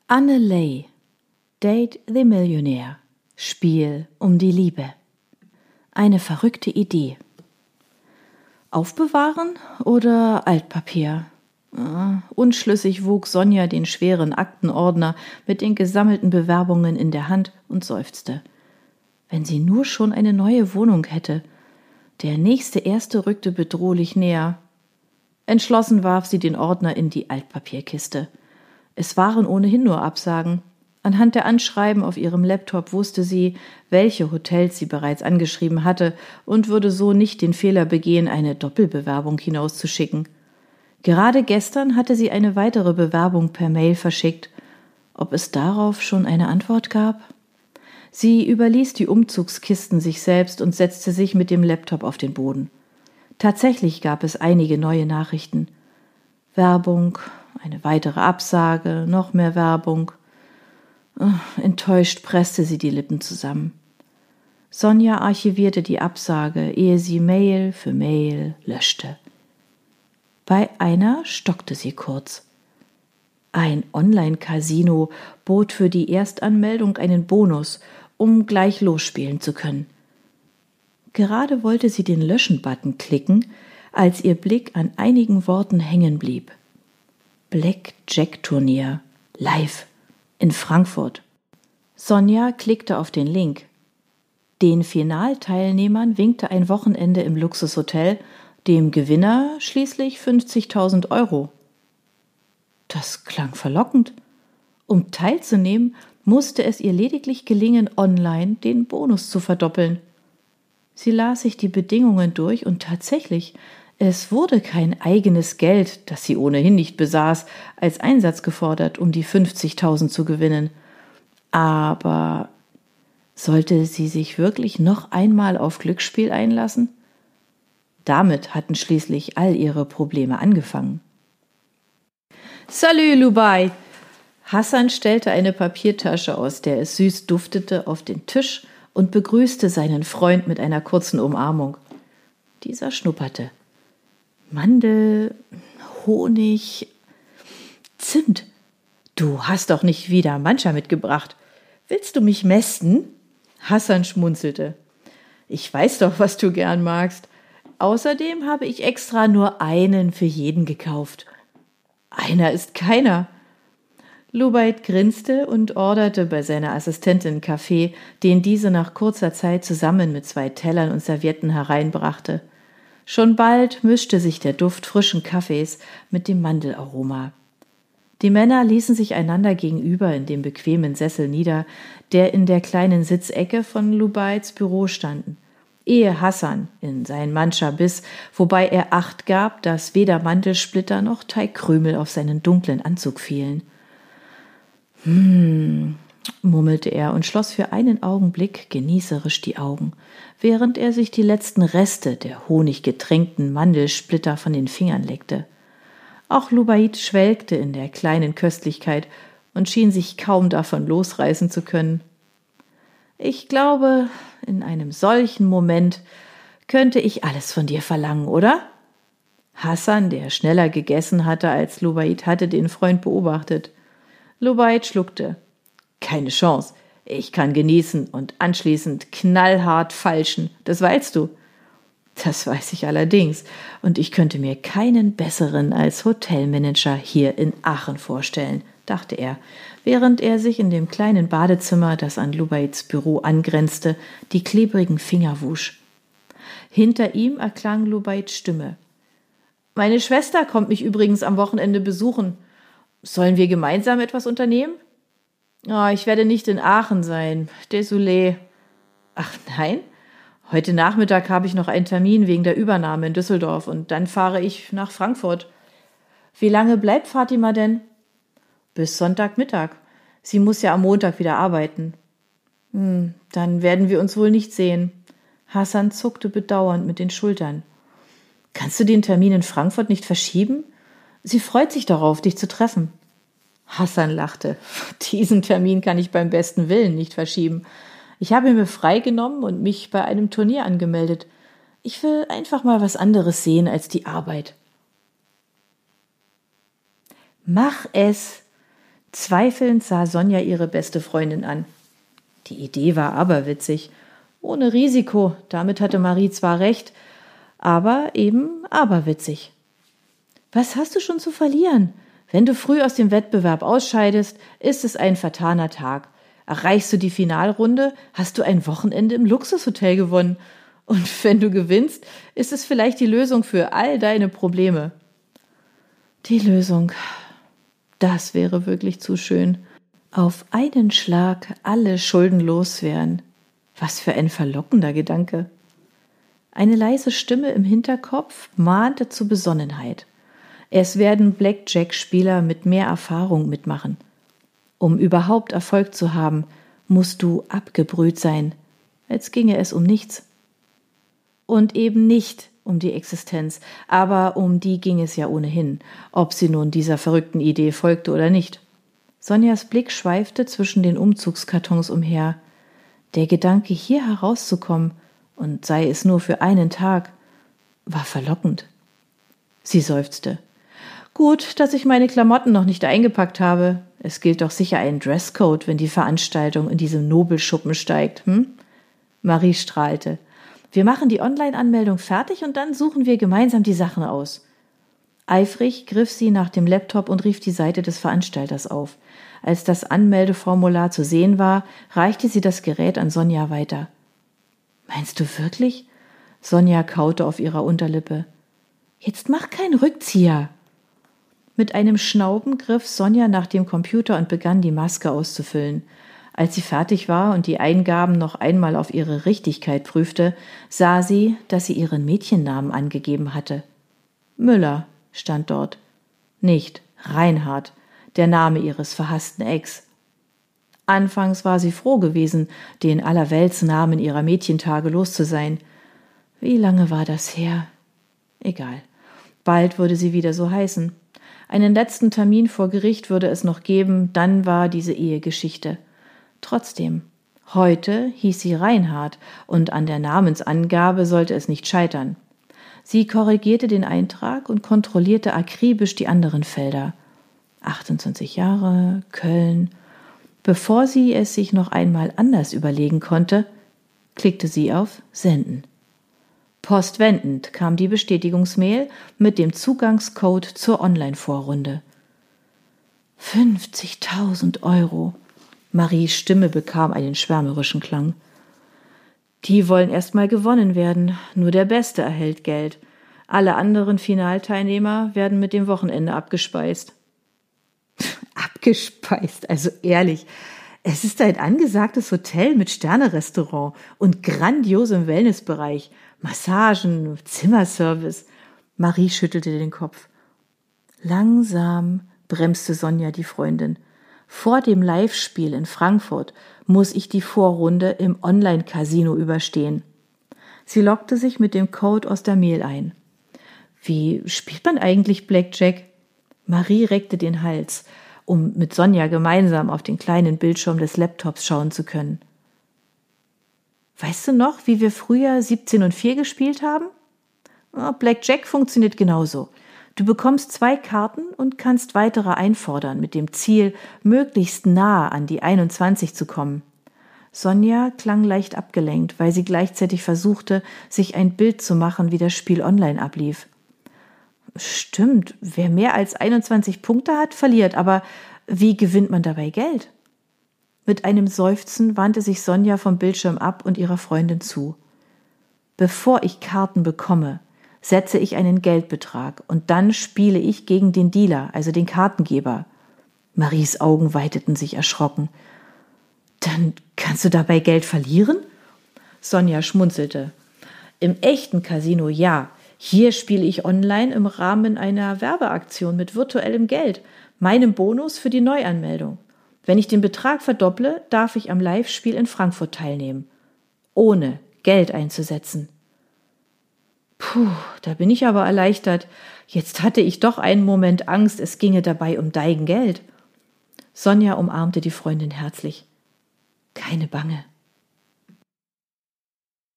Anne Ley, Date the Millionaire, Spiel um die Liebe. Eine verrückte Idee. Aufbewahren oder Altpapier? Unschlüssig wog Sonja den schweren Aktenordner mit den gesammelten Bewerbungen in der Hand und seufzte. Wenn sie nur schon eine neue Wohnung hätte. Der nächste Erste rückte bedrohlich näher. Entschlossen warf sie den Ordner in die Altpapierkiste. Es waren ohnehin nur Absagen. Anhand der Anschreiben auf ihrem Laptop wusste sie, welche Hotels sie bereits angeschrieben hatte und würde so nicht den Fehler begehen, eine Doppelbewerbung hinauszuschicken. Gerade gestern hatte sie eine weitere Bewerbung per Mail verschickt. Ob es darauf schon eine Antwort gab? Sie überließ die Umzugskisten sich selbst und setzte sich mit dem Laptop auf den Boden. Tatsächlich gab es einige neue Nachrichten. Werbung, eine weitere Absage, noch mehr Werbung. Enttäuscht presste sie die Lippen zusammen. Sonja archivierte die Absage, ehe sie Mail für Mail löschte. Bei einer stockte sie kurz. Ein Online-Casino bot für die Erstanmeldung einen Bonus, um gleich losspielen zu können. Gerade wollte sie den Löschen-Button klicken, als ihr Blick an einigen Worten hängen blieb. Blackjack-Turnier, live, in Frankfurt. Sonja klickte auf den Link. Den Finalteilnehmern winkte ein Wochenende im Luxushotel, dem Gewinner schließlich 50.000 Euro. Das klang verlockend. Um teilzunehmen, musste es ihr lediglich gelingen, online den Bonus zu verdoppeln. Sie las sich die Bedingungen durch und tatsächlich, es wurde kein eigenes Geld, das sie ohnehin nicht besaß, als Einsatz gefordert, um die 50.000 zu gewinnen. Aber sollte sie sich wirklich noch einmal auf Glücksspiel einlassen? Damit hatten schließlich all ihre Probleme angefangen. Salut, Lubai! Hassan stellte eine Papiertasche, aus der es süß duftete, auf den Tisch und begrüßte seinen Freund mit einer kurzen Umarmung. Dieser schnupperte. Mandel, Honig, Zimt. Du hast doch nicht wieder Mancha mitgebracht. Willst du mich mästen? Hassan schmunzelte. Ich weiß doch, was du gern magst. Außerdem habe ich extra nur einen für jeden gekauft. Einer ist keiner. Lubayt grinste und orderte bei seiner Assistentin Kaffee, den diese nach kurzer Zeit zusammen mit 2 Tellern und Servietten hereinbrachte. Schon bald mischte sich der Duft frischen Kaffees mit dem Mandelaroma. Die Männer ließen sich einander gegenüber in dem bequemen Sessel nieder, der in der kleinen Sitzecke von Lubayts Büro standen, ehe Hassan in sein Mancha biss, wobei er Acht gab, dass weder Mandelsplitter noch Teigkrümel auf seinen dunklen Anzug fielen. Murmelte er und schloss für einen Augenblick genießerisch die Augen, während er sich die letzten Reste der honiggetränkten Mandelsplitter von den Fingern leckte. Auch Lubayt schwelgte in der kleinen Köstlichkeit und schien sich kaum davon losreißen zu können. Ich glaube, in einem solchen Moment könnte ich alles von dir verlangen, oder? Hassan, der schneller gegessen hatte als Lubayt, hatte den Freund beobachtet. Lubayt schluckte. Keine Chance. Ich kann genießen und anschließend knallhart falschen. Das weißt du. Das weiß ich allerdings. Und ich könnte mir keinen besseren als Hotelmanager hier in Aachen vorstellen, dachte er, während er sich in dem kleinen Badezimmer, das an Lubayts Büro angrenzte, die klebrigen Finger wusch. Hinter ihm erklang Lubayts Stimme. Meine Schwester kommt mich übrigens am Wochenende besuchen. Sollen wir gemeinsam etwas unternehmen? Ich werde nicht in Aachen sein. Désolé. Ach nein? Heute Nachmittag habe ich noch einen Termin wegen der Übernahme in Düsseldorf und dann fahre ich nach Frankfurt. Wie lange bleibt Fatima denn? Bis Sonntagmittag. Sie muss ja am Montag wieder arbeiten. Dann werden wir uns wohl nicht sehen. Hassan zuckte bedauernd mit den Schultern. Kannst du den Termin in Frankfurt nicht verschieben? Sie freut sich darauf, dich zu treffen. Hassan lachte. Diesen Termin kann ich beim besten Willen nicht verschieben. Ich habe mir freigenommen und mich bei einem Turnier angemeldet. Ich will einfach mal was anderes sehen als die Arbeit. Mach es. Zweifelnd sah Sonja ihre beste Freundin an. Die Idee war aberwitzig. Ohne Risiko, damit hatte Marie zwar recht, aber eben aberwitzig. Was hast du schon zu verlieren? Wenn du früh aus dem Wettbewerb ausscheidest, ist es ein vertaner Tag. Erreichst du die Finalrunde, hast du ein Wochenende im Luxushotel gewonnen. Und wenn du gewinnst, ist es vielleicht die Lösung für all deine Probleme. Die Lösung, das wäre wirklich zu schön. Auf einen Schlag alle Schulden loswerden. Was für ein verlockender Gedanke. Eine leise Stimme im Hinterkopf mahnte zur Besonnenheit. Es werden Blackjack-Spieler mit mehr Erfahrung mitmachen. Um überhaupt Erfolg zu haben, musst du abgebrüht sein, als ginge es um nichts. Und eben nicht um die Existenz, aber um die ging es ja ohnehin, ob sie nun dieser verrückten Idee folgte oder nicht. Sonjas Blick schweifte zwischen den Umzugskartons umher. Der Gedanke, hier herauszukommen, und sei es nur für einen Tag, war verlockend. Sie seufzte. Gut, dass ich meine Klamotten noch nicht eingepackt habe. Es gilt doch sicher ein Dresscode, wenn die Veranstaltung in diesem Nobelschuppen steigt, Marie strahlte. Wir machen die Online-Anmeldung fertig und dann suchen wir gemeinsam die Sachen aus. Eifrig griff sie nach dem Laptop und rief die Seite des Veranstalters auf. Als das Anmeldeformular zu sehen war, reichte sie das Gerät an Sonja weiter. Meinst du wirklich? Sonja kaute auf ihrer Unterlippe. Jetzt mach keinen Rückzieher. Mit einem Schnauben griff Sonja nach dem Computer und begann, die Maske auszufüllen. Als sie fertig war und die Eingaben noch einmal auf ihre Richtigkeit prüfte, sah sie, dass sie ihren Mädchennamen angegeben hatte. Müller stand dort, nicht Reinhard, der Name ihres verhassten Ex. Anfangs war sie froh gewesen, den Allerweltsnamen ihrer Mädchentage los zu sein. Wie lange war das her? Egal, bald würde sie wieder so heißen. Einen letzten Termin vor Gericht würde es noch geben, dann war diese Ehegeschichte. Trotzdem, heute hieß sie Reinhard und an der Namensangabe sollte es nicht scheitern. Sie korrigierte den Eintrag und kontrollierte akribisch die anderen Felder. 28 Jahre, Köln. Bevor sie es sich noch einmal anders überlegen konnte, klickte sie auf Senden. Postwendend kam die Bestätigungsmail mit dem Zugangscode zur Online-Vorrunde. 50.000 €. Maries Stimme bekam einen schwärmerischen Klang. Die wollen erst mal gewonnen werden. Nur der Beste erhält Geld. Alle anderen Finalteilnehmer werden mit dem Wochenende abgespeist. Abgespeist, also ehrlich. Es ist ein angesagtes Hotel mit Sternerestaurant und grandiosem Wellnessbereich, Massagen, Zimmerservice. Marie schüttelte den Kopf. Langsam bremste Sonja die Freundin. Vor dem Live-Spiel in Frankfurt muss ich die Vorrunde im Online-Casino überstehen. Sie loggte sich mit dem Code aus der Mail ein. Wie spielt man eigentlich Blackjack? Marie reckte den Hals, um mit Sonja gemeinsam auf den kleinen Bildschirm des Laptops schauen zu können. Weißt du noch, wie wir früher 17 und 4 gespielt haben? Blackjack funktioniert genauso. Du bekommst 2 Karten und kannst weitere einfordern, mit dem Ziel, möglichst nah an die 21 zu kommen. Sonja klang leicht abgelenkt, weil sie gleichzeitig versuchte, sich ein Bild zu machen, wie das Spiel online ablief. Stimmt, wer mehr als 21 Punkte hat, verliert, aber wie gewinnt man dabei Geld? Mit einem Seufzen wandte sich Sonja vom Bildschirm ab und ihrer Freundin zu. Bevor ich Karten bekomme, setze ich einen Geldbetrag und dann spiele ich gegen den Dealer, also den Kartengeber. Maries Augen weiteten sich erschrocken. Dann kannst du dabei Geld verlieren? Sonja schmunzelte. Im echten Casino ja. Hier spiele ich online im Rahmen einer Werbeaktion mit virtuellem Geld, meinem Bonus für die Neuanmeldung. Wenn ich den Betrag verdopple, darf ich am Live-Spiel in Frankfurt teilnehmen, ohne Geld einzusetzen. Puh, da bin ich aber erleichtert. Jetzt hatte ich doch einen Moment Angst, es ginge dabei um dein Geld. Sonja umarmte die Freundin herzlich. Keine Bange.